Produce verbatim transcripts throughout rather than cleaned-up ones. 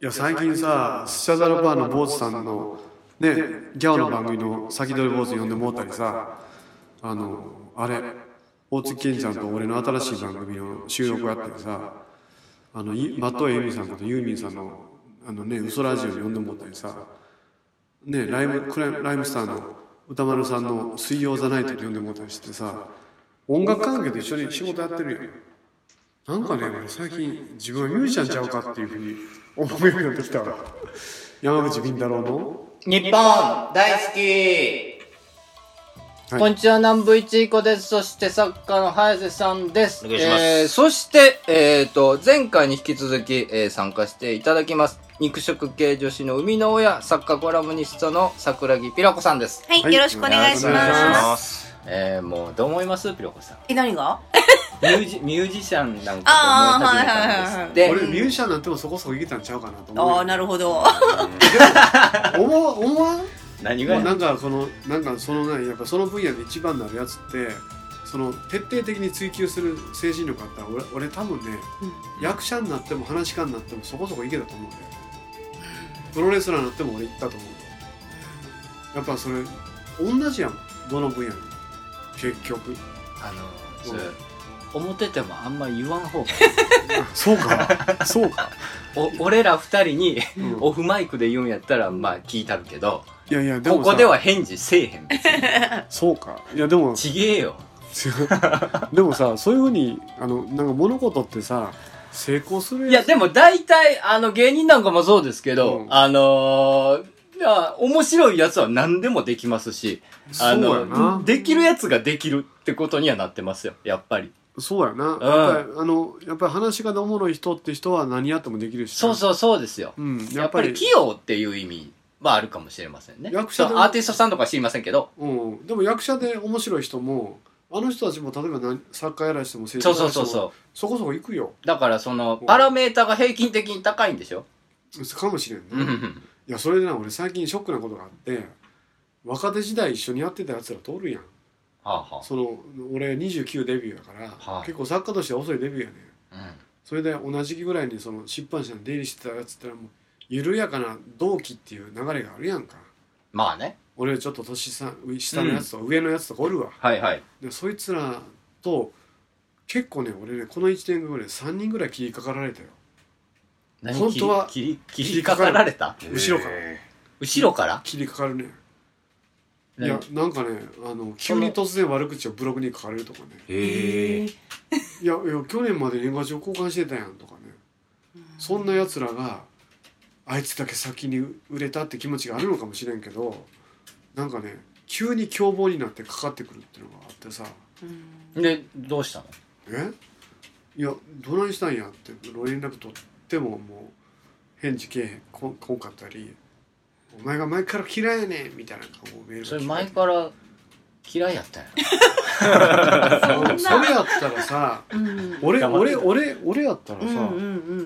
いや最近さスチャダラバーの坊主さんのねギャオの番組の先取り坊主呼んでもうたりさ、あのあれ大月健ちゃんと俺の新しい番組の収録やったりさ、あの松任谷由実さんことユーミンさんのあのね嘘ラジオに呼んでもうたりさね、ライムクライライムスターの歌丸さんの水曜ザナイトで呼んでもうたりしてさ、音楽関係と一緒に仕事やってるやん。なんかね俺最近自分はミュージシャンちゃうかっていうふうに思うようになってきたわ。山口敏太郎の日本大好き、 はい、 こんにちは、南部一彦です。そして作家の早瀬さんです。 お願いします。 えー、そして、えーと、前回に引き続き、えー、参加していただきます。肉食系女子の生みの親、作家コラムニストの桜木ピロコさんです。 はい、 はいよろしくお願いしお願いしま。 ますえー、もうどう思いますピロコさん。 え、何が？ ミュージ、ミュージシャンなんかと思い始めたんですって。 俺ミュージシャンなんてもそこそこいけたんちゃうかなと思うよ。 ああ、なるほど。 思わ思わん何がもうなんかこのなんかそのねやっぱその分野で一番になるやつってその徹底的に追求する精神力あったら俺俺多分ね、うん、役者になっても話し家になってもそこそこいけたと思うんだよ。プロレスラーになっても俺行ったと思う。やっぱそれ同じやんどの分野に結局あのそれ、うん、思っててもあんま言わん方がそうかそうかお俺ら二人に、うん、オフマイクで言うんやったらまあ聞いたるけど、 いやいやでもここでは返事せえへん別にそうかいやでもちげえよでもさそういうふうにあのなんか物事ってさ成功するやついやでも大体あの芸人なんかもそうですけど、うん、あのー、いや面白いやつは何でもできますし、あのできるやつができるってことにはなってますよやっぱり。 そうやな、うん、やっぱりあのやっぱり話がおもろい人って人は何やってもできるし、 そうそうそうですよ、 うん、 やっぱり、やっぱり器用っていう意味はあるかもしれませんね。 役者でアーティストさんとか知りませんけど、 うん、でも役者で面白い人もあの人たちも例えば何作家やらしてもそうそうそうそうそこそこ行くよ。 だからそのパラメータが平均的に高いんでしょかもしれんねいやそれでな俺最近ショックなことがあって、若手時代一緒にやってたやつらとおるやん。はあはあ、その俺にじゅうきゅうデビューやから、はあ、結構作家としては遅いデビューやね、うん、それで同じ時期ぐらいにその出版社に出入りしてたやつってのはもう緩やかな同期っていう流れがあるやんか。 まあね俺ちょっと年下のやつとか上のやつとかおるわ、うん、 はいはい。 でそいつらと結構ね俺ねこのいちねんぐらいさんにんぐらい切りかかられたよ。 何本当は切り切り切りかかられた後ろから後ろから切りかかるね。いやなんかねあの急に突然悪口をブログに書かれるとかね。 へえ。いやいや去年まで年賀状交換してたやんとかね、うん、そんなやつらがあいつだけ先に売れたって気持ちがあるのかもしれんけど、なんかね急に凶暴になってかかってくるっていうのがあってさ、 うん、でどうしたの？ えいやどないしたんやって連絡取ってももう返事けえへんこんかったり、お前が前から嫌いやねんみたいな顔をメールが来て、 それ前から嫌いやったんやろそれやったらさ、うん、俺俺俺俺やったらさ、うんうんうん、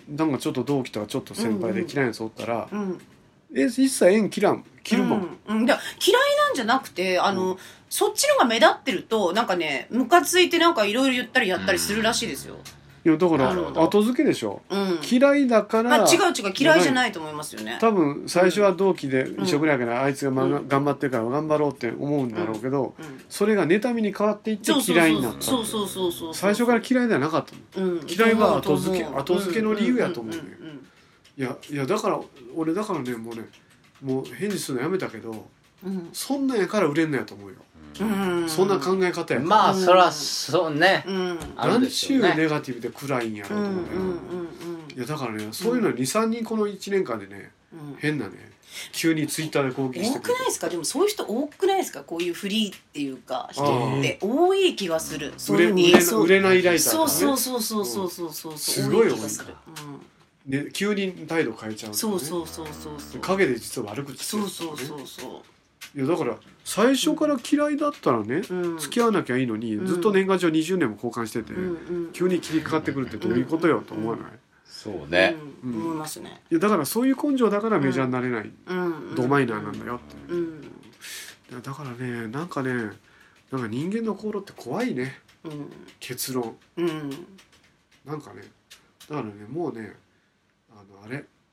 なんかちょっと同期とかちょっと先輩で嫌いなやつおったら、うんうん、え一切縁切らん切るもん、 うんうん、いや嫌いなんじゃなくてあの、うん、そっちのが目立ってるとなんかねムカついてなんかいろいろ言ったりやったりするらしいですよ、うんいやだから後付けでしょ、うん、嫌いだから、 まあ、違う違う嫌いじゃないと思いますよね。 多分最初は同期で一緒ぐらいやから、うん、あいつが、ま、頑張ってるから頑張ろうって思うんだろうけど、うんうん、それが妬みに変わっていって嫌いになった。 そうそうそうそう最初から嫌いではなかったの、うん、嫌いは後付け後付けの理由やと思うね、うんうんうん、いやいやだから俺だからねもうねもう返事するのやめたけど、うん、そんなんやから売れんのやと思うよ。うん、そんな考え方やまあそらそうね、 うん、何週ネガティブで暗いんやろうと思うね、うんうんうん、いやだからねそういうのにさんにんこのいちねんかんでね、うん、変なね急にツイッターで攻撃してくる。多くないですか？でもそういう人多くないですか？こういうフリーっていうか人って多い気がする。 そういうに売れ売れないライターとかね。 そうそうそうそうそうそうそう、うん、 すごい多い気がする、うんね、急に態度変えちゃう、ね、 そうそうそうそうそう陰で実は悪口してる、 ね、そうそうそうそういやだから最初から嫌いだったらね、うん、付き合わなきゃいいのに、うん、ずっと年賀状にじゅうねんも交換してて、うん、急に切りかかってくるってどういうことよと思わない？ そうね、 うんうん、思いますね。 いやだからそういう根性だからメジャーになれない、うん、ドマイナーなんだよって、うん、だからねなんかねなんか人間の心って怖いね、うん、結論、うん、なんかねだからねもうねあのあれ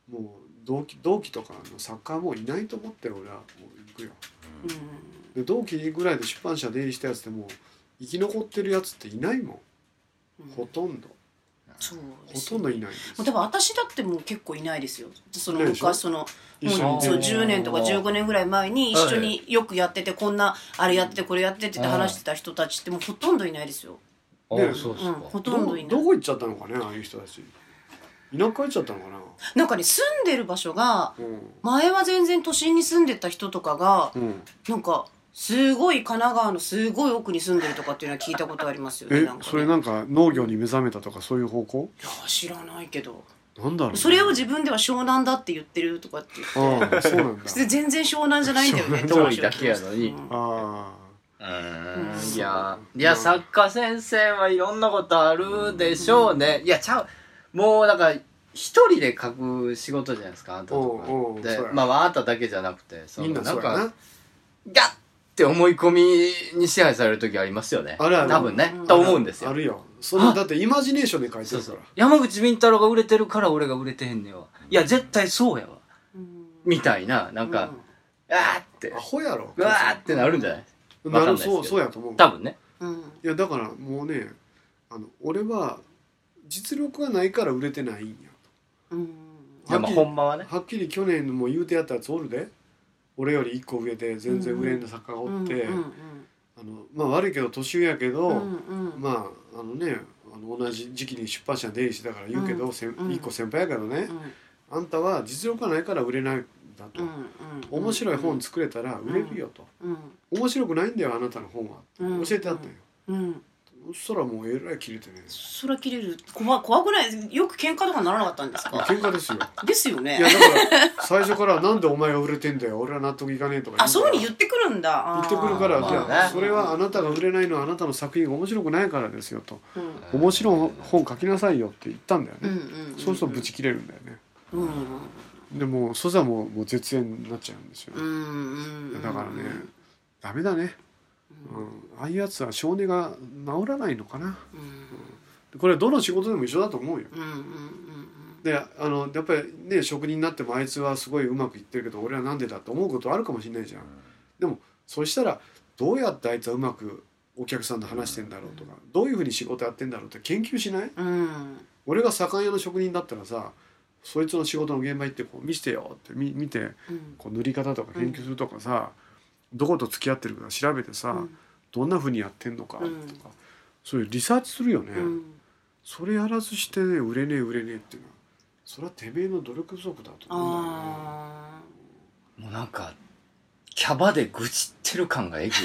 もう同期同期とかの作家はもういないと思って俺はもう行くよ、 うん、 で同期ぐらいで出版社出入りしたやつでも生き残ってるやつっていないもん、うん、ほとんどそうほとんどいないです。 多分私だってもう結構いないですよ。その昔そのもうそうじゅうねんとかじゅうごねんぐらい前に一緒によくやってて、こんなあれやっててこれやっててって話してた人たちってもうほとんどいないですよ。 あ、ね、そうですか、うん、 ほとんどいない。 どこ行っちゃったのかね、ああいう人たち。田舎帰っちゃったのかな。 なんかね、住んでる場所が、うん、前は全然都心に住んでた人とかが、うん、なんかすごい神奈川のすごい奥に住んでるとかっていうのは聞いたことありますよね。 え、 なんかね、 それなんか農業に目覚めたとかそういう方向？ いや知らないけど。 なんだろう、ね、 それを自分では湘南だって言ってるとかって言って。 ああ、そうなんだ。 全然湘南じゃないんだよね。 遠いだけやのに。うん、 ああ。うん、いやいや作家先生はいろんなことあるでしょうね。いやちゃう、もうなんか一人で書く仕事じゃないですか、あんたとかおうおうで、まああんただけじゃなくて、 そのみんなそうやな。 なんかガッって思い込みに支配される時ありますよね。 あるある。 多分ね、と思うんですよ。 あるよ。そのだってイマジネーションで書いてるから。そうそう、 山口敏太郎が売れてるから俺が売れてへんねんわ。いや絶対そうやわ。うん、みたいな、なんか、うん、あーって。 アホやろ。 うわーってなるんじゃない？ なる、そうそうやと思う。 多分ね。 うん、 いやだからもうね、あの俺は実力がないから売れてないんやと。 うん、 いやまあほんまはね。 はっきり去年も言うてやったやつおるで。俺よりいっこ上で全然売れんの作家がおって、あのまあ悪いけど年上やけど、うんうん、まああのね、あの同じ時期に出版社に出入りしてたから言うけど、うん、いっこ先輩やけどね、うん、あんたは実力がないから売れないんだと、うんうん、面白い本作れたら売れるよと、うんうん、面白くないんだよあなたの本は、うん、教えてあったよ、うんうん、そしたらもうえらい切れてね。 そら切れる。怖怖くない？よく喧嘩とかならなかったんですか？ 喧嘩ですよ。 ですよね。 いやだから最初からなんでお前が売れてんだよ。俺は納得いかねえとか言うから。 あ、そういうふうに言ってくるんだ。 言ってくるから、じゃあそれはあなたが売れないのはあなたの作品が面白くないからですよと。うん、面白い本書きなさいよって言ったんだよね。うんうんうんうん、そうするとブチ切れるんだよね。うんうん、でもそしたらもうもう絶縁になっちゃうんですよ。うんうんうん、だからね、ダメだね。うん、ああいうやつは性根が治らないのかな、うんうん、これどの仕事でも一緒だと思うよ、うんうんうんうん、であのやっぱりね職人になってもあいつはすごいうまくいってるけど俺はなんでだと思うことあるかもしれないじゃん、うん、でもそしたらどうやってあいつはうまくお客さんと話してんだろうとか、うん、どういうふうに仕事やってんだろうって研究しない、うん、俺が左官屋の職人だったらさそいつの仕事の現場行ってこう見せてよって見、見てこう塗り方とか研究するとかさ、うん、どこと付き合ってるか調べてさ、うん、どんな風にやってんのかとか、うん、そういうリサーチするよね、うん、それやらずしてね売れねえ売れねえっていうのはそれはてめえの努力不足だと思うんだよね。 もうなんかキャバで愚痴ってる感がえぐい、ね、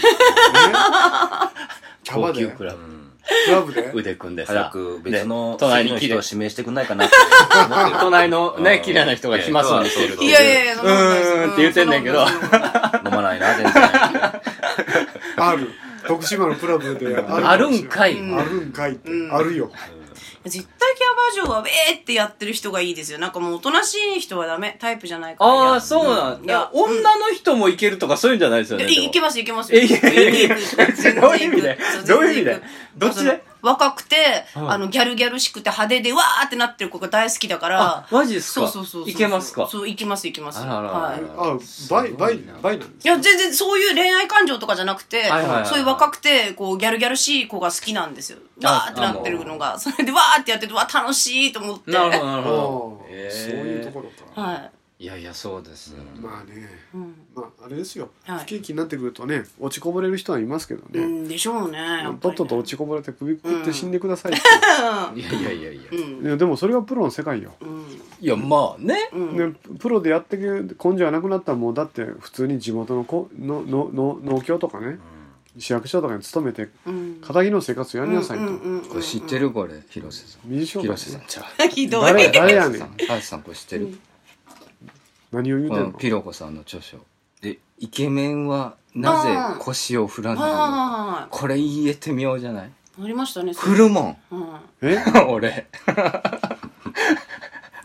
キャバで高級クラブ、うんクラブで腕組んでさ早く別の隣の人を指名してくんないかなって隣のね綺麗な人が来ますんでいやいやいやうーんって言ってんねんけど飲まないな全然ある徳島のクラブであるあるんかい、 うん、あるんかいって、うん、あるよ絶対キャバ嬢はウェーってやってる人がいいですよ。なんかもうおとなしい人はダメタイプじゃないから。 ああそうなんだ、うん、女の人もいけるとかそういうんじゃないですよね。 いけますいけますよ。 いけいけどういう意味でどういう意味でどっちで若くて、はい、あのギャルギャルしくて派手でわーってなってる子が大好きだから。 マジですか。 そうそうそうそういけますか。 そういけますいけます。 あらららはい。 あバイバイバイなんですか。 いや全然そういう恋愛感情とかじゃなくて、はいはいはいはい、そういう若くてこうギャルギャルしい子が好きなんですよ。わーってなってるのがそれでわーってやっててわ楽しいと思って。 なるほどなるほど。 えー、そういうところか。 はい。 いやいやそうです、 うん、まあね、うん、まああれですよ、 はい、 不景気になってくるとね落ちこぼれる人はいますけどね、 うん、でしょうねねとっとと落ちこぼれて首くくって死んでくださいって、 うん、いやいやいやいや、 うん、いやでもそれがプロの世界よ、うん、 いやまあね、 うん、でプロでやってく根性がなくなったらもうだって普通に地元のこののの農協とかね、うん市役所とかに勤めて片木の生活をやりなさいと。 これ知ってるこれ広瀬さん。広瀬さんちゃう。 ひどい。 誰誰やねん。 広瀬さんこれ知ってる？うん、 何を言うてんの？ ピロコさんの著書。えイケメンはなぜ腰を振らないのか。これ言えてみようじゃない？ ありましたね。 振るもん。 うん、 え？ 俺。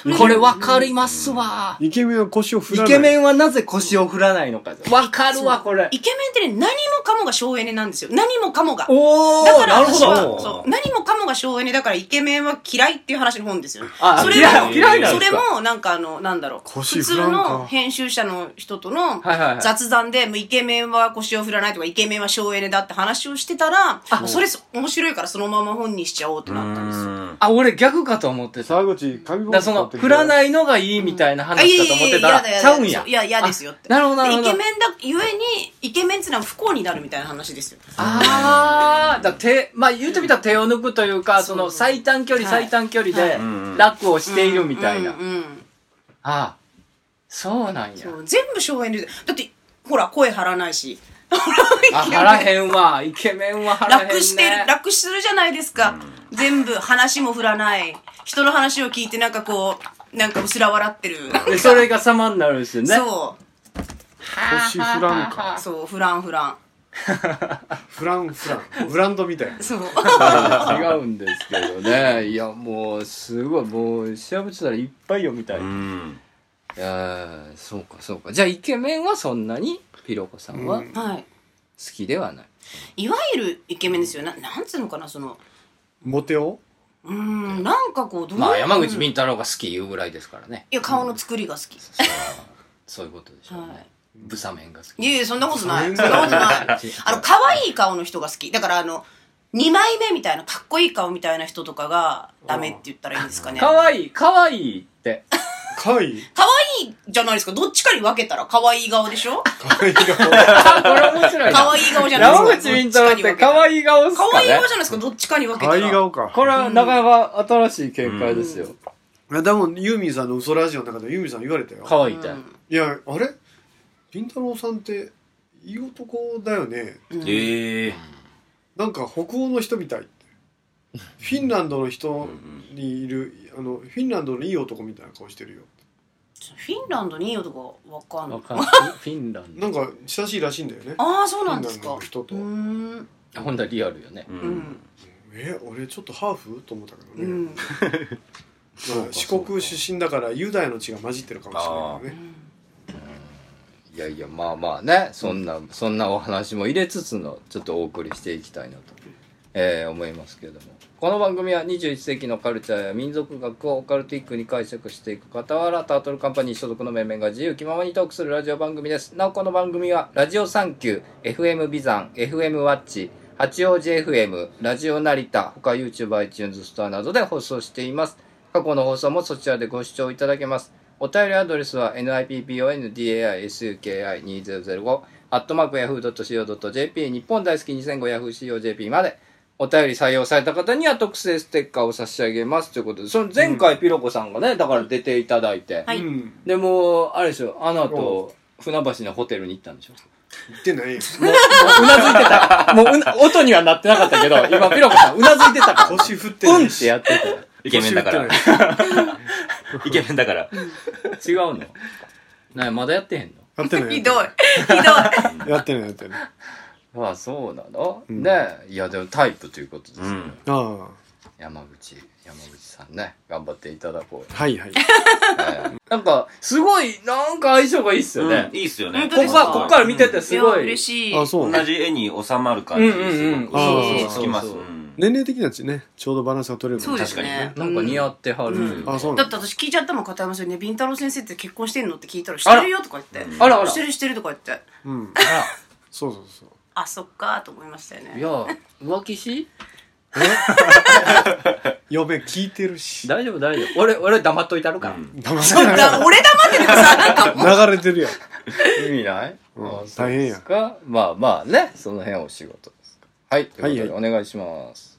これわかりますわ。 イケメンは腰を振らない。 イケメンはなぜ腰を振らないのか。わかるわ、これ。 イケメンってね、何もかもが省エネなんですよ。何もかもが。 おー、 だからなるほ私はど。 そう何もかもが省エネだからイケメンは嫌いっていう話の本ですよ。 あそれも、 嫌い嫌いなんそれですかも、なんかあの、なんだろう。 腰普通振らんかの編集者の人とのはいはいはい雑談で、もうイケメンは腰を振らないとか、イケメンは省エネだって話をしてたら、あ、それ面白いからそのまま本にしちゃおうってなったんですよ。 あ、俺逆かと思ってた。 沢口、髪だからその、振らないのがいいみたいなあ、いやい話かと思ってたら、 やいやいやちゃうんや。 いや、嫌ですよって。 なるほどなるほどでイケメンだ、ゆえに、イケメンってのは不幸になるみたいな話ですよ。 あー、だ手、まあ言ってみたら手を抜くというか、その最短距離はい最短距離ではい楽をしているみたいな。 うんうんうんああ、そうなんやそ。う全部省エネで。だって、ほら、声張らないし。 あ、腹へんわ。イケメンは腹へんね。 楽してる、楽するじゃないですか。全部、話も振らない。人の話を聞いて、なんかこう、なんか薄ら笑ってる。 で、それが様になるんですよね。 そ腰振らんかう。そう、フランフラン。 フランフランブランドみたいな。 そう。 違うんですけどね。いや、もう、すごい、もう、調べてたらいっぱいよみたい。いやー、そうか、そうか。じゃあ、イケメンはそんなに、ピロコさんは好はい。 きではない。 いわゆるイケメンですよ。ななんつうのかな、その、 モテをうーん、なんかこう、どういう。 まあ、山口敏太郎が好き言うぐらいですからね。 いや、顔の作りが好き。 そういうことでしょうはね。ブサメンが好き。 い。いやいや、そんなことない。 そそんなことない。 違うあの、可愛い顔の人が好き。だから、あの、二枚目みたいな、かっこいい顔みたいな人とかがダメって言ったらいいんですかね。 かわいい、かわいいって。 かわいい可愛いじゃないですか。どっちかに分けたら可愛い顔でしょ。 かわいい顔あ、これ面白いな。 可愛い顔じゃないですか。 山口敏太郎ってかわいい顔っすかね。 可愛い顔じゃないですか。どっちかに分けかわたら。 いい顔か。 これはなかなか新しい見解ですよ。 いやでもユーミンさんの嘘ラジオの中でユーミンさん言われたよ。 かわいいって。 いやあれ凛太郎さんっていい男だよね。 ええなんか北欧の人みたいって。フィンランドの人にいるあのフィンランドのいい男みたいな顔してるよ。 フィンランドにいい男わかんない。 わかんない。フィンランド。 なんか親しいらしいんだよね。 ああ、そうなんですか。 フィンランドの人とうーん。 ほんとはリアルよね。 うん。 え俺ちょっとハーフと思ったけどね。 うん。 まあ四国出身だからユダヤの血が混じってるかもしれないけどね。 いやいや、まあまあね、そんな、そんなお話も入れつつの、ちょっとお送りしていきたいなと、えー思いますけれども。この番組はにじゅういっ世紀のカルチャーや民族学をオカルティックに解釈していく傍ら、タートルカンパニー所属の面々が自由気ままにトークするラジオ番組です。なおこの番組は、ラジオサンキュー、エフエム ビザン、エフエム ワッチ、八王子 エフエム、ラジオ成田、他 YouTube、iTunes ストアなどで放送しています。過去の放送もそちらでご視聴いただけます。お便りアドレスは ナイピーピーオーエヌディーエーアイエスユーケーアイにせんご アットマークヤフードットシーオードットジェーピー 日本大好きにせんごヤフーシーオージェーピー までお便り採用された方には特製ステッカーを差し上げますということで、その前回ピロコさんがね、だから出ていただいて、 はい。 うんでもうあれでしょ、あの後船橋のホテルに行ったんでしょ。 言ってないよ。 もうもううなずいてた。もううな音にはなってなかったけど、今ピロコさんうなずいてたから。 腰振ってうなんいし。 ってやってた。 イケメンだから腰振ってないイケメンだから違うの？なにまだやってへんの？ やってない。 ひどい。ひどい。 やってないやってない。 ああ、そうなの、 うんねえ。いや、でもタイプということですよ、 うんあ山口、山口さんね。頑張っていただこうよ。 あはいはい。 ええなんか、すごい、なんか相性がいいっすよね。 いいっすよね本当ここか、 ですかここから見ててすごいや、 い。 嬉しい。 あそう。 同じ絵に収まる感じうんうんうんすごくあーつきますそうそううん年齢的にはねちょうどバランスが取れるそうもんですね。 なんか似合ってはるというか。 あそうなんだ。 だって私聞いちゃったもん、片山さんにね、ビンタロウ先生って結婚してんのって聞いたら、してるよとか言って。 あらあらしてるしてるとか言って。 うん。 あらそうそうそう。 あ、そっかーと思いましたよね。 いや、浮気し嫁聞いてるし。 大丈夫大丈夫。俺、俺黙っといたるから。 黙ちょっと、俺黙ってるからさ、なんか、 流れてるやん。 意味ない、 うんあそう大変やですか。まあまあね、その辺お仕事ですか。はい、ということで、 はいお願いします。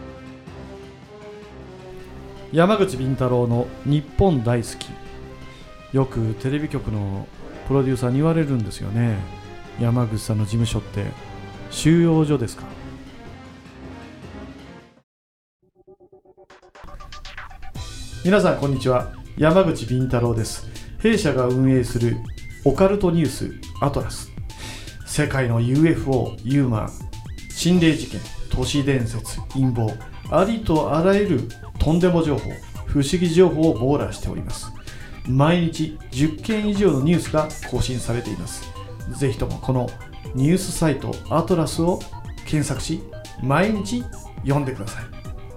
山口敏太郎の日本大好き。よくテレビ局のプロデューサーに言われるんですよね。山口さんの事務所って収容所ですか？皆さんこんにちは、山口敏太郎です。弊社が運営するオカルトニュースアトラス、世界の ユーエフオー、ユーマン、心霊事件、都市伝説、陰謀、ありとあらゆるとんでも情報、 不思議情報を網羅しております。毎日じゅっけん以上のニュースが更新されています。ぜひともこのニュースサイトアトラスを検索し、毎日読んでください。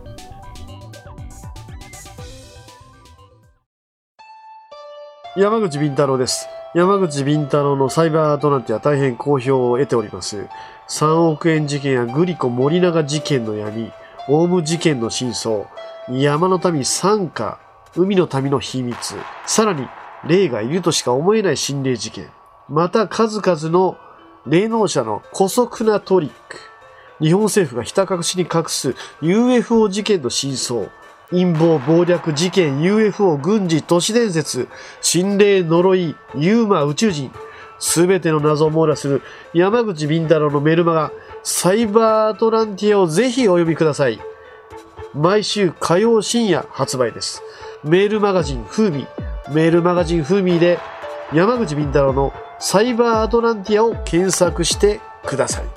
山口敏太郎です。山口敏太郎のサイバートランティア大変好評を得ております。さんおくえん事件やグリコ森永事件の闇、オウム事件の真相、山の民惨禍、海の民の秘密、さらに霊がいるとしか思えない心霊事件、また数々の霊能者の姑息なトリック、日本政府がひた隠しに隠す ユーエフオー 事件の真相、陰謀謀略事件 ユーエフオー 軍事都市伝説、心霊呪いユーマ宇宙人、すべての謎を網羅する山口敏太郎のメルマガサイバーアトランティアをぜひお読みください。毎週火曜深夜発売です。メールマガジンフーミー、メールマガジンフーミーで山口敏太郎のサイバーアトランティアを検索してください。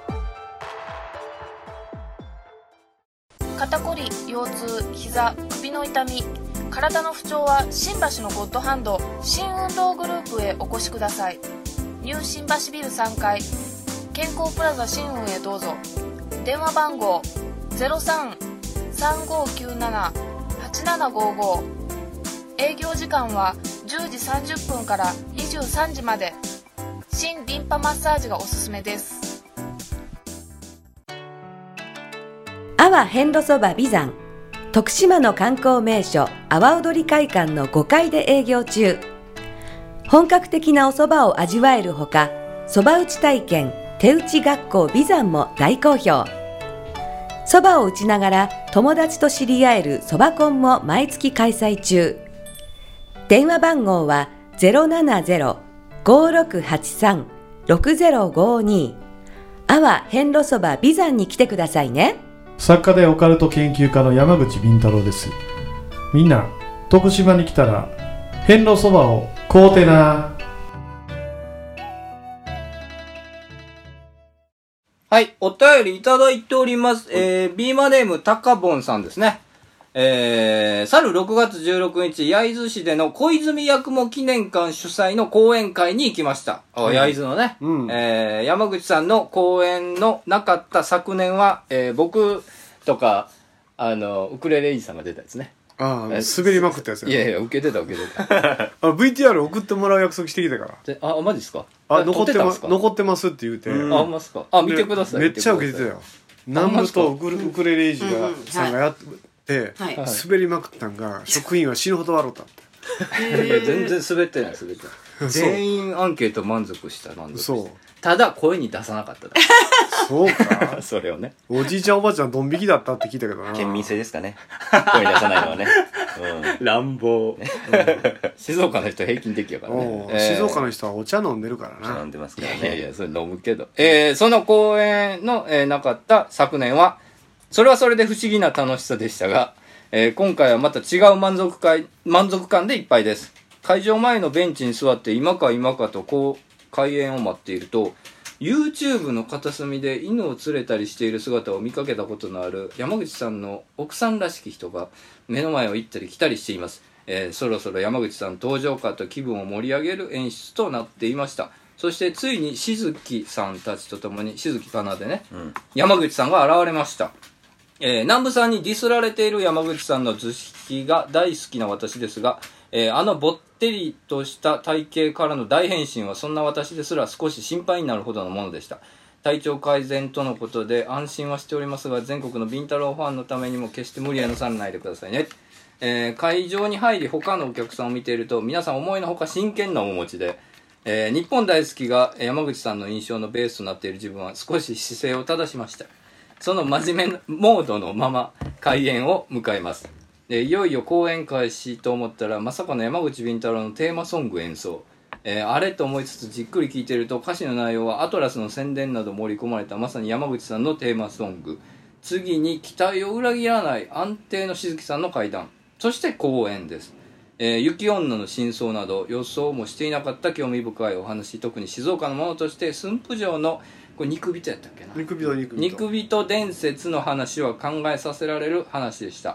肩こり、腰痛、膝、首の痛み、体の不調は新橋のゴッドハンド新運動グループへお越しください。ニュー新橋ビルさんがい健康プラザ新運へどうぞ。電話番号 ゼロさん さんごきゅうなな はちななごご、営業時間はじゅうじさんじゅっぷんからにじゅうさんじまで。新リンパマッサージがおすすめです。 阿波遍路そば美山、徳島の観光名所阿波踊り会館のごかいで営業中。本格的なお蕎麦を味わえるほか、蕎麦打ち体験、手打ち学校美山も大好評。蕎麦を打ちながら友達と知り合える蕎麦コンも毎月開催中。電話番号は ゼロななゼロ ごろくはちさん ろくゼロごに。阿波遍路そば美山に来てくださいね。 作家でオカルト研究家の山口敏太郎です。みんな徳島に来たら遍路そばを買うてな。 はい、お便りいただいております。えー、ビーマネームたかぼんさんですね。えー、去るろくがつじゅうろくにち、焼津市での小泉八雲記念館主催の講演会に行きました。うん、焼津のね、うん、えー、山口さんの講演のなかった昨年は、えー、僕とか、あの、ウクレレイジさんが出たやつね。 ああ、滑りまくったやつや。 いやいや、受けてた受けてた。 あ ブイティーアール 送ってもらう約束してきたから。 あ、マジっすか？ あ、残ってます、残ってますって言うて。 あ、ほんまっすか？あ、見てください。 めっちゃ受けてたよ。南部とウクレレイジがさんがやって、滑りまくったんが、職員は死ぬほど笑ったって。 全然滑ってない滑ってない。全員アンケート満足した満足した。 そう。 ただ声に出さなかっただ。 そうか。 それをね。 おじいちゃんおばあちゃんドン引きだったって聞いたけどな。 県民性ですかね。声に出さないのはね。 うん、乱暴、うん。静岡の人平均的やからね。 えー、静岡の人はお茶飲んでるからな。 飲んでますからね。 いやいや、それ飲むけど。えー、その公演の、えー、なかった昨年は、それはそれで不思議な楽しさでしたが、えー、今回はまた違う満足感、満足感でいっぱいです。会場前のベンチに座って今か今かとこう開演を待っていると、YouTube の片隅で犬を連れたりしている姿を見かけたことのある山口さんの奥さんらしき人が目の前を行ったり来たりしています。えー、そろそろ山口さん登場かと気分を盛り上げる演出となっていました。そしてついにしずきさんたちと共に、しずきかなでね、うん、山口さんが現れました。えー、南部さんにディスられている山口さんの図式が大好きな私ですが、えー、あのぼってりとした体型からの大変身はそんな私ですら少し心配になるほどのものでした。体調改善とのことで安心はしておりますが、全国のビンタロウファンのためにも決して無理はなさらないでくださいね。えー、会場に入り他のお客さんを見ていると、皆さん思いのほか真剣な面持ちで、えー、日本大好きが山口さんの印象のベースとなっている自分は少し姿勢を正しました。その真面目なモードのまま開演を迎えます。でいよいよ公演開始と思ったら、まさかの山口敏太郎のテーマソング演奏、えー、あれと思いつつじっくり聴いていると、歌詞の内容はアトラスの宣伝など盛り込まれたまさに山口さんのテーマソング。次に期待を裏切らない安定のしずきさんの怪談、そして公演です。えー、雪女の真相など予想もしていなかった興味深いお話、特に静岡のものとして駿府城のこれ肉人やったっけな、 肉人肉人肉人伝説の話は考えさせられる話でした。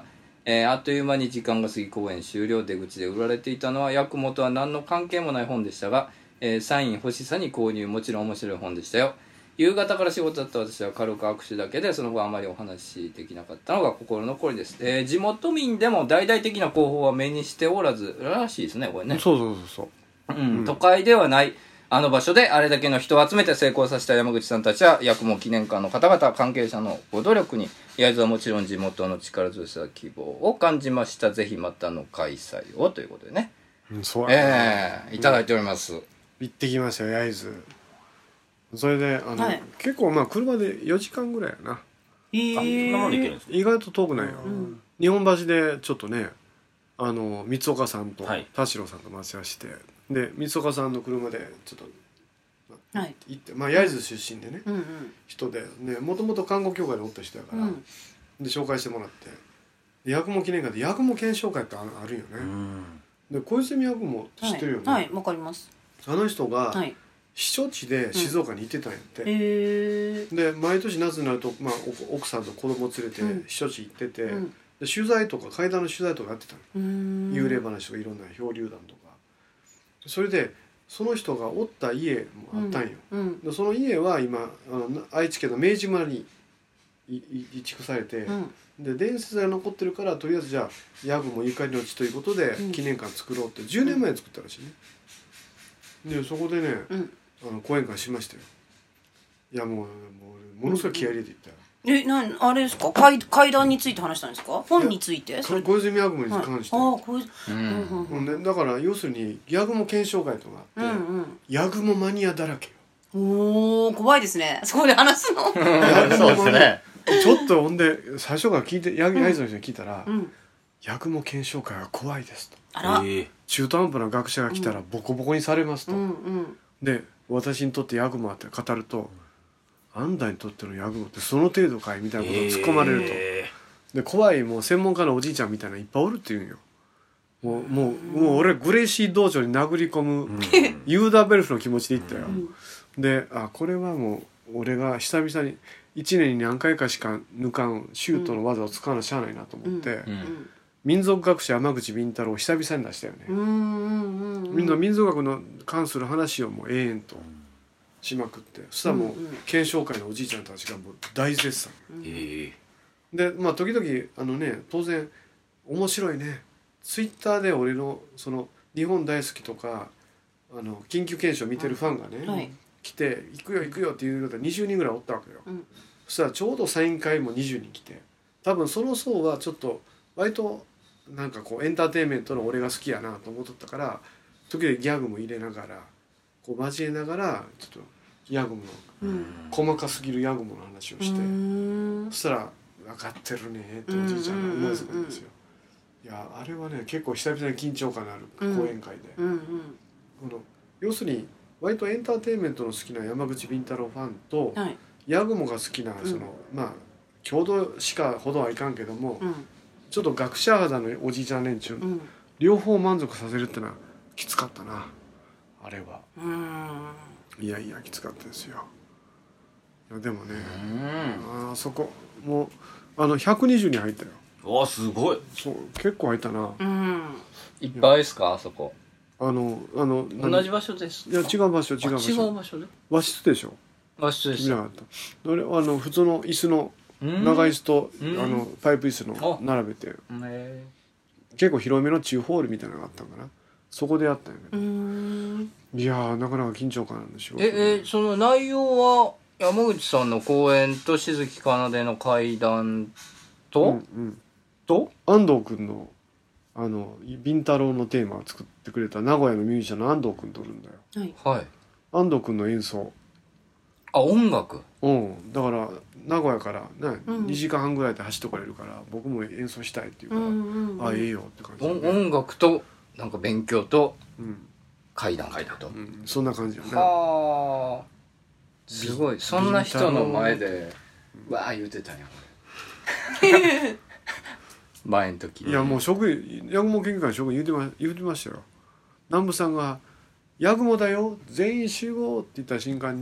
えーあっという間に時間が過ぎ公演終了。出口で売られていたのはヤクモとは何の関係もない本でしたが、えーサイン欲しさに購入。もちろん面白い本でしたよ。夕方から仕事だった私は軽く握手だけで、その後あまりお話できなかったのが心残りです。えー地元民でも大々的な広報は目にしておらずらしいですね、これね。 そうそうそうそううんうん都会ではないあの場所であれだけの人を集めて成功させた山口さんたちは、八雲記念館の方々関係者のご努力に焼津はもちろん地元の力強さ希望を感じました。ぜひまたの開催をということでね、 うんそうやなええいただいております、 行ってきましたよ焼津。それであの、 はい結構まあ車でよじかんぐらいやな。 えー、 そんなもんでいけるんですか。 意外と遠くないよ、 ん日本橋でちょっとねあの三岡さんとはい田代さんと待ち合わせして、で三岡さんの車でちょっとはい行って、まあ焼津出身でね、 うんうん人でねもともと看護協会でおった人やから、 うんで紹介してもらってで八雲記念館で八雲検証会ってああるよね、 うんで小泉八雲って知ってるよね、 はいわ、はい、かります。 あの人がはい。 避暑地で静岡に行ってたんやって、 えー、 で毎年夏になると、まあ、お奥さんと子供連れてうん避暑地行ってて、 うんで取材とか階段の取材とかやってたの、 うーん幽霊話とかいろんな漂流談とか、それでその人がおった家もあったんよ、 うんでその家は今あの愛知県の明治村にいい移築されて、 うんで伝説が残ってるからとりあえずじゃあ八雲ゆかりの地ということでうん記念館作ろうってじゅうねんまえに作ったらしいね。でそこでね、 うんあの講演会しましたよ。いやもうもうものすごい気合い入れていったよ、 え、なんあれですか、階階段について話したんですか、本についてそれ、 小泉八雲に関して、 はい、ああこういうううんんうんうんね、だから要するに八雲検証会とかあって、 うん八雲マニアだらけよ。 うんおお怖いですね、そこで話すのそうですね。 ちょっとほんで最初から聞いて八重津の人に聞いたら、 うん八雲検証会は怖いですと、 あら、 ええ中途半端な学者が来たらボコボコにされますと、 うんうんで私にとって八雲はって語ると、あんたにとっての八雲ってその程度かいみたいなことを突っ込まれると、 えで怖いもう専門家のおじいちゃんみたいなのいっぱいおるって言うんよ。もうもうもう俺グレイシー道場に殴り込むユーダベルフの気持ちで言ったよ、であこれはもう俺が久々にいちねんに何回かしか抜かんシュートの技を使わなしゃあないなと思って、 うんうん民族学者山口敏太郎を久々に出したよね、 うんうんうんみんな民族学の関する話をもう永遠としまくって、そしたらもううんうん検証会のおじいちゃんたちがもう大絶賛えで、まあ時々あのね当然面白いねツイッターで俺のその日本大好きとかあの緊急検証見てるファンがね、 はい来て「行くよ行くよ」っていう方にじゅうにんぐらいおったわけよ、 うんそしたらちょうどサイン会もにじゅうにん来て、多分その層はちょっと割となんかこうエンターテインメントの俺が好きやなと思っとったから、時々ギャグも入れながらこう交えながらちょっとヤグモのうん細かすぎるヤグモの話をして、 うんそしたら「分かってるね」っておじいちゃんが思わず言うんですよ。いやあれはね結構久々に緊張感のある講演会で、 うんうんこの要するに割とエンターテインメントの好きな山口敏太郎ファンと、 はいヤグモが好きなその、まあ郷土しかほどはいかんけども、 うんちょっと学者肌のおじいちゃん連中、 うん両方満足させるってのはきつかったなあれは。 うんいやいやきつかったですよ。いやでもね、 うんあそこもうあのひゃくにじゅうにん入ったよ。 わあすごい。 そう結構入ったな。 うんいっぱいですかあそこ。 あのあの何同じ場所ですいや違う場所違う場あ違所う場所で和室でしょ。 場所でした見なかったあれあの普通の椅子のうん長椅子と、 うんあのパイプ椅子のあ並べてへ結構広めの中ホールみたいなのがあったんかな、そこでやったんやうね、 んいやーなかなか緊張感ある仕事ええその内容は山口さんの講演と静木かなでの会談と、 うんうん、 と安藤君のあのビンタロウのテーマを作ってくれた名古屋のミュージシャンの安藤君とおるんだよ。 はいはい安藤君の演奏、 あ音楽うんだから名古屋からね、 うんにじかんはんぐらいで走ってこれるから僕も演奏したいって言ううから、 んうんあええよって感じで、 音音楽となんか勉強とうん会談会談とうん、そんな感じよね。 はあすごいそんな人の前でわあ言うてたんや俺前の時いやもう職員八雲研究会の職員言うてま言うてましたよ。南部さんが「八雲だよ全員集合」って言った瞬間に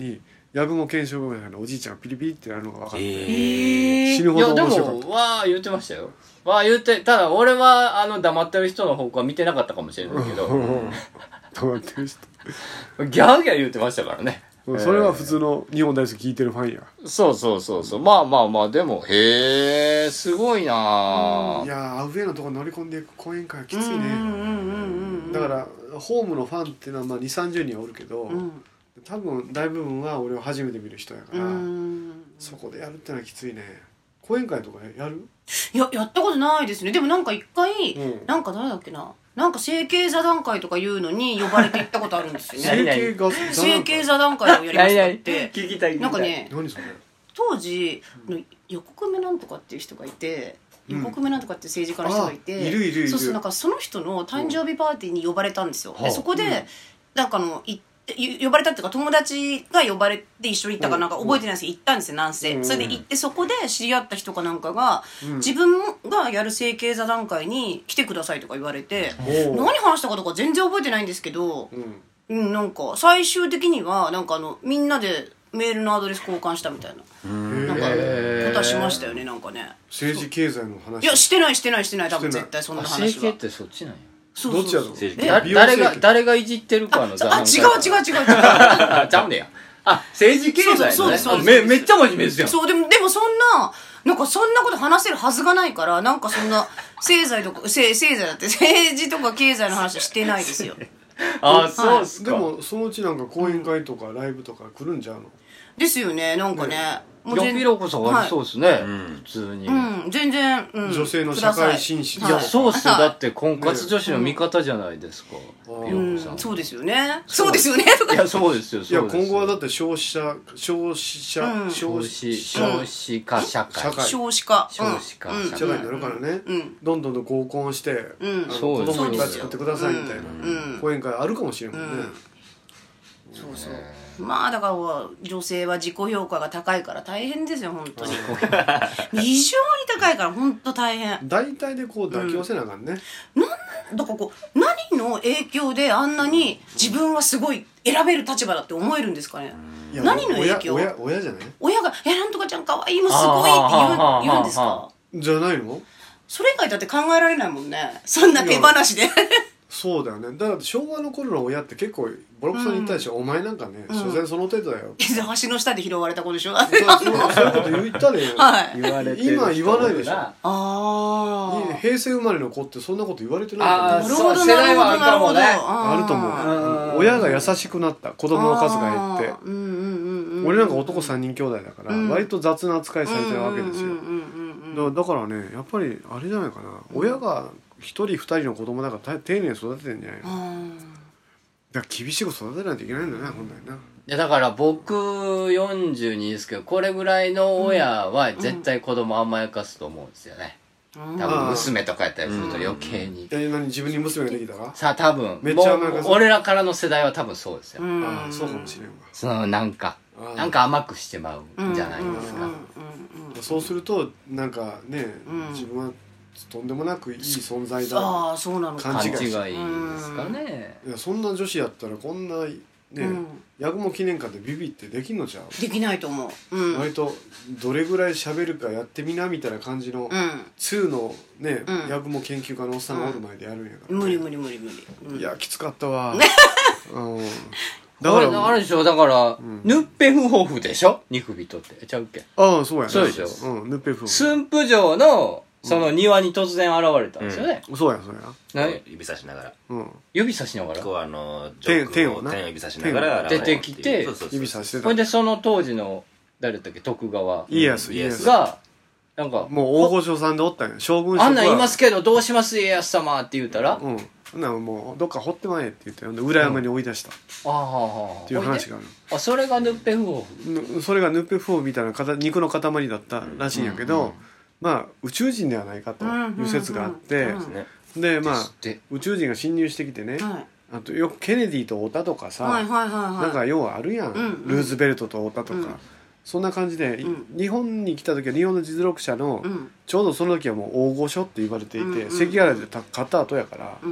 八雲検証組のおじいちゃんがピリピリってやるのが分かって、 えー、 死ぬほいやでど面白かった。 もわあ言ってましたよ。わあ言って、ただ俺はあの黙ってる人の方向は見てなかったかもしれないけど黙ってる人ギャーギャー言ってましたからね。 それは普通の日本大好き聞いてるファンや。 そうそうそうそう。まあまあまあでもへえすごいな。 いやアウェーのところ乗り込んでいく講演会はきついね。だからホームのファンっていうのはまあにじゅう、さんじゅうにんはおるけど、うん、多分大部分は俺を初めて見る人やから、そこでやるってのはきついね。講演会とかやる？ いややったことないですね。でもなんか一回、うん、なんか誰だっけな、なんか整形座談会とかいうのに呼ばれて行ったことあるんですよね。整形整形座談会をやりましたって聞きたい聞きたい。 なんかね、 何それ、 当時の横粂なんとかっていう人がいて、横粂なんとかっていう政治家の人がいて、 うん、いるいるいる。 そうそう、なんかその人の誕生日パーティーに呼ばれたんですよ。でそこで、うん、なんかあのい呼ばれたっていうか友達が呼ばれて一緒に行ったかなんか覚えてないですけど行ったんですよ、なんせ、うん、それで行ってそこで知り合った人かなんかが、うん、自分がやる整形座談会に来てくださいとか言われて、うん、何話したかとか全然覚えてないんですけど、うん、うん、なんか最終的にはなんかあのみんなでメールのアドレス交換したみたいな、なんかことはしましたよね。なんかね政治経済の話。 いやしてないしてないしてない多分絶対そんな話は。 整形ってそっちなんや。 そうどっちやろ。 誰が誰がいじってるかのああ違う違う違う違うちゃうねや。あ政治経済のね。そうめめっちゃ真面目ですよ。 そうでもでもそんななんかそんなこと話せるはずがないから、なんかそんな政財とか政財だって政治とか経済の話はしてないですよ。 ああそうっすか。 でもそのうちなんか講演会とかライブとか来るんじゃうの。 ですよね、なんかね。 いやピロコさんありそうですね、はい、普通に、 うん、全然、うん、 女性の社会進出。 いやそうっすよ、だって婚活女子の味方じゃないですか、 うん、ピロコさん、うん、そうですよねそうですよねいやそうですよ。 いや今後はだって消費者消費者、うん、 消費消費化社会少子化少子化社会になるからね、うん、どんどんと合コンして、うん、子供に作ってくださいみたいな、うん、講演会あるかもしれんもんね、うん、 そうそう。まあだから女性は自己評価が高いから大変ですよ本当に異常に高いから本当大変。 大体でこう妥協せなあかんね、 うん、なんだからこう何の影響であんなに自分はすごい選べる立場だって思えるんですかね。何の影響。 親、親じゃない。 親が「えなんとかちゃんかわいいもすごい」って言う、言うんですか。 じゃないの。 それ以外だって考えられないもんね、そんな手放しでそうだよね。だから昭和の頃の親って結構ボロクソに言ったでしょ、うん、お前なんかね、うん、所詮その程度だよ。 橋の下で拾われた子でしょ。 そうそうそういうこと言ったでよ、 はい、 言われて今言わないでしょ。 ああ平成生まれの子ってそんなこと言われてないああそう世代はあるかもね。 あると思う。親が優しくなった、子供の数が減って、うんうんうんうん、俺なんか男さんにん兄弟だから、うん、割と雑な扱いされてるわけですよ。だからねやっぱりあれじゃないかな、うん、親が一人二人の子供だから丁寧に育ててんじゃないの。だから厳しく育てないといけないんだね、本来な。 いやだから僕よんじゅうにですけど、これぐらいの親は絶対子供甘やかすと思うんですよね、うん、多分娘とかやったりすると余計に、 うん、え何自分に娘ができたらさあ多分めっちゃ甘やかす。 俺らからの世代は多分そうですよ、 うん、ああそうかもしれんわ。 そのなんかなんか甘くしてまうんじゃないですか。 そうするとなんかね、うん、自分はとんでもなくいい存在だ、 ああそうなのか、 勘違いですかね。 いやそんな女子やったらこんなね、八雲記念館でビビってできんのちゃう。 できないと思う、うん、 割とどれぐらい喋るかやってみなみたいな感じの、うん、ツーのね、うん、八雲研究家のおっさんがおる前でやるんやから、ね、 無理無理無理無理、 うん、いやきつかったわうんだからあれでしょ、だから、うん、ヌッペフホフでしょ、ニフビトってちゃうっけ。 ああそうやね。 そうでしょ、 うん、ヌッペフホフ駿府城のその庭に突然現れたんですよね、 うん、そうやそうや、 指さしながら、 うん、指さしながらこうあの天天をな天を指さしながら出てきて、 そうそうそう指さしてた。 ほんでその当時の誰だっけ、徳川家康家康がなんかもう大御所さんでおったんや、将軍職はあんなん言いますけどどうします家康様って言うたら、 うんほんならもうどっか掘ってまえって言って裏山に追い出した、うん、ああっていう話がある。 あそれがヌッペフホフ、それがヌッペフホフみたいな肉の塊だったらしいんやけど、うんうん、まあ宇宙人ではないかという説があって、うんうんうん、でまあ宇宙人が侵入してきてね、はい、あとよくケネディと太田とかさ、はいはいはいはい、なんか要はあるやん、うんうん、ルーズベルトと太田とか、うん、そんな感じで、うん、日本に来た時は日本の実力者の、うん、ちょうどその時はもう大御所って言われていて、うんうんうん、関ヶ原で勝った後やから、うん、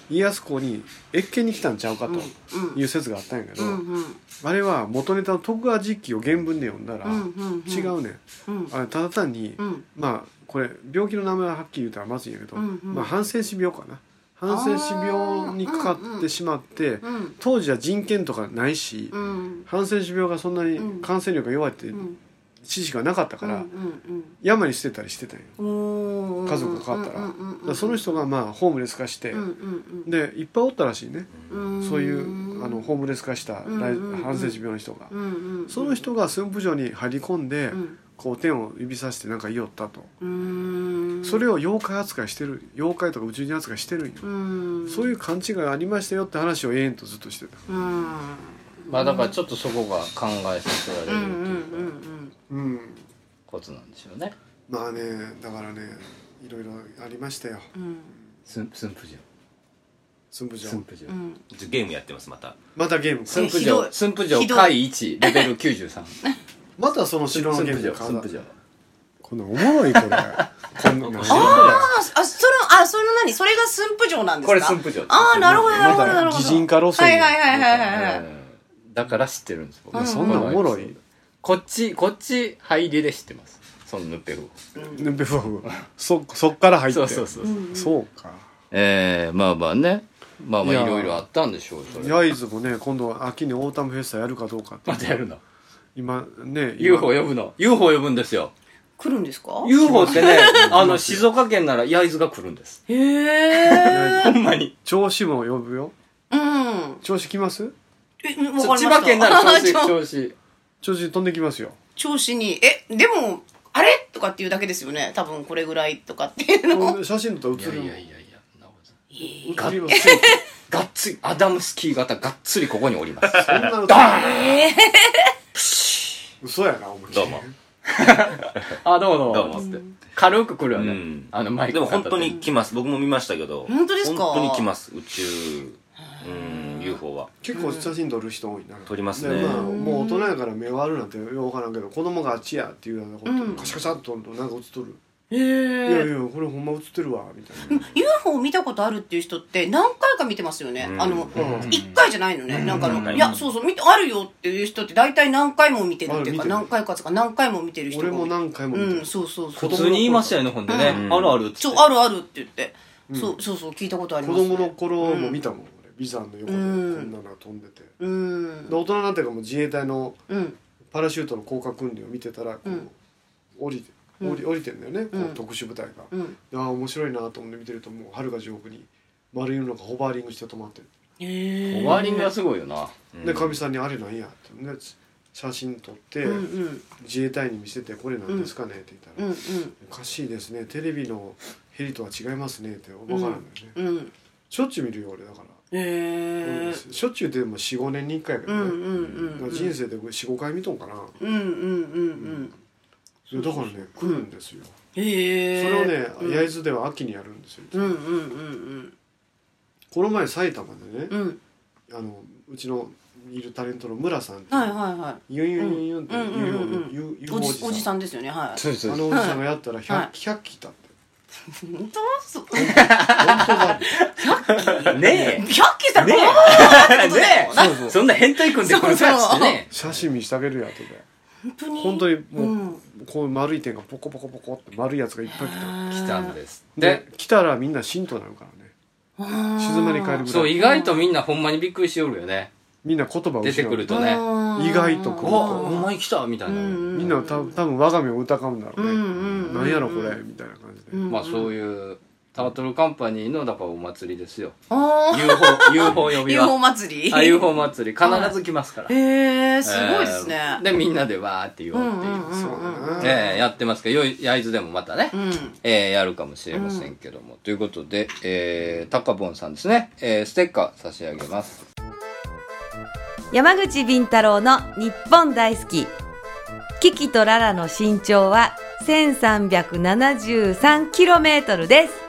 家康公に謁見に来たんちゃうかという説があったんやけど、 うんうんあれは元ネタの徳川実記を原文で読んだらうんうんうん違うねん、 うんあれただ単に、 うんまあこれ病気の名前ははっきり言うたらまずいんやけど、 うんうんまあ、ハンセン氏病かなハンセン氏病にかかってしまって、 うん当時は人権とかないし、 うんハンセン氏病がそんなに感染力が弱いってうん知識がなかったから、 うん山に捨てたりしてたんようんうん家族が変わったら,、 うんうんうんうんだからその人がまあホームレス化して、 うんうんでいっぱいおったらしいね、 うんそういうあのホームレス化したうんうんうんハンセン氏病の人が、 うんうんその人が駿府城に入り込んで、 うんこう天を指さしてなんか言いよったと、 うんそれを妖怪扱いしてる妖怪とか宇宙人扱いしてるんよ、 うんそういう勘違いがありましたよって話を永遠とずっとしてた。 うんまあだからちょっとそこが考えさせられるうんうんというかうんうんことなんでしょうね。 まあねだからねいろいろありましたようん駿府城駿府城駿府城うんゲームやってますまた。 またゲームか駿府ひどい城駿府城ひどい回いちレベルきゅうじゅうさんまたその城のゲーム駿府城で買う駿府城こんなおもろいこれこんな何ああ、それ、あ、それの何それが駿府城なんですかこれ駿府城ああ、なるほど、なるほど、なるほど。 まだ擬人化路線はいはいはいはいはいはい。 うんだから知ってるんです僕いやそんなおもろいこっちこっち入りで知ってますそのヌッペフヌンペフフそそっから入ってそうそうそうそうかえー、まあまあねまあまあいやいろいろあったんでしょうそれ焼津もね今度秋にオータムフェスタやるかどうかってまたやるの今ね今ユーフォー 呼ぶの ユーフォー 呼ぶんですよ来るんですかユーフォー ってねあの静岡県なら焼津が来るんですへえ。 ほんまに銚子も呼ぶようん。 銚子来ますえ、わかりました。 千葉県なら銚子ちょ銚子銚子飛んできますよ調子に。え、でも、あれとかっていうだけですよね。多分これぐらいとかっていうの。 写真撮ったら写るもんいやいやいやいやなこと写りまがっつりがっつりアダムスキー型がっつりここにおりますそんなのダ嘘やな思いっきりどうも。 あどうもどうもどうもつって軽く来るよね、 うんあのマイクでも本当に来ます。僕も見ましたけど。 本当ですか本当に来ます。宇宙、うん、ユーフォー は。 結構写真撮る人多いな撮りますねでまあ、もう大人やから目悪なんてよく分からんけど子供があっちやっていうようなこと、 うんカシャカシャっと撮るとなんか写っとる、 へいやえ。 いやこれほんま写ってるわみたいなユーフォー 見たことあるっていう人って何回か見てますよね。 うんあの、 うん一回じゃないのね。なんかあの、 うんいや、そうそう、見て、あるよっていう人って大体何回も見てるっていうか、 あ見てる何回かつか何回も見てる人が多い。 俺も何回も見てる、 うん、そうそうそう。 普通に言いましたよねほんでね、 うんあるあるっつってそう、あるあるって言って。 うんそうそうそう、聞いたことあり子ます、ね。 供の頃も見たもん、俺ビザンの横でこうんんなのが飛んでて、 うん。 で大人になってからも自衛隊のうん。 パラシュートの降下訓練を見てたらこう、 うん降りてうん降り降りてんだよね、こううん特殊部隊が、 うん。 でああ面白いなと思って見てるともう遥か上空に丸いのがホバーリングして止まってる、 へホバーリングがすごいよなでかみさんに「あれなんや?」って、ね、写真撮って、 うんうん。 自衛隊に見せて「これなんですかね?」って言ったら、 うんうん。 おかしいですねテレビのヘリとは違いますね」って分からんのよね、 うん。 しょっちゅう見るよ俺だから、 へえ。 しょっちゅうでもよんごねんにいっかいやけどね、 うんうんうんうん。 人生でよんごかい見とんかな、 うんうんうんうん。 それだからね来るんですよ、 へえ。 それをねうん焼津では秋にやるんですよ、 うんうんうんこの前埼玉でね、 うん。うん。 あのうちのいるタレントの村さんって、 はいはいはい。 ユンユンユンユンってうんうんうんうん言う言うおおじさんじおじさんですよねはい。 そうそうあのおじさんがやったら ひゃく,、 はいひゃく来たって本当？そう。 本当だねひゃっきしたらねえ。 えねそうそうえそんな変態君で来るかっつってね写真見してあげるやとで本当に。 本当にもう、 うんこう丸い点がポコポコポコって丸いやつがいっぱい来た来たんですでで来たらみんな浸透になるからね静まり返るぐらいそう意外とみんなほんまにびっくりしよるよねみんな言葉を出てくるとね意外と来るおほんまに来たみたいなみんな多分多分我が身を疑うんだろうね、 うんうんうんなんやろこれみたいな感じで、 うんまあそういうタートルカンパニーのだからお祭りですよあーユーフォー ユーフォー 呼びユーフォーは祭り。 あ ユーフォー 祭り必ず来ますからへえすごいですねえー。でみんなでわーって言おうっていううんうんうんそうだな、 えーやってますけどよい焼津でもまたね、 うん。 えーやるかもしれませんけども、ということで、えー、タカボンさんですね、えーステッカー差し上げます。 山口敏太郎の日本大好き。キキとララの身長は せんさんびゃくななじゅうさんキロメートル です。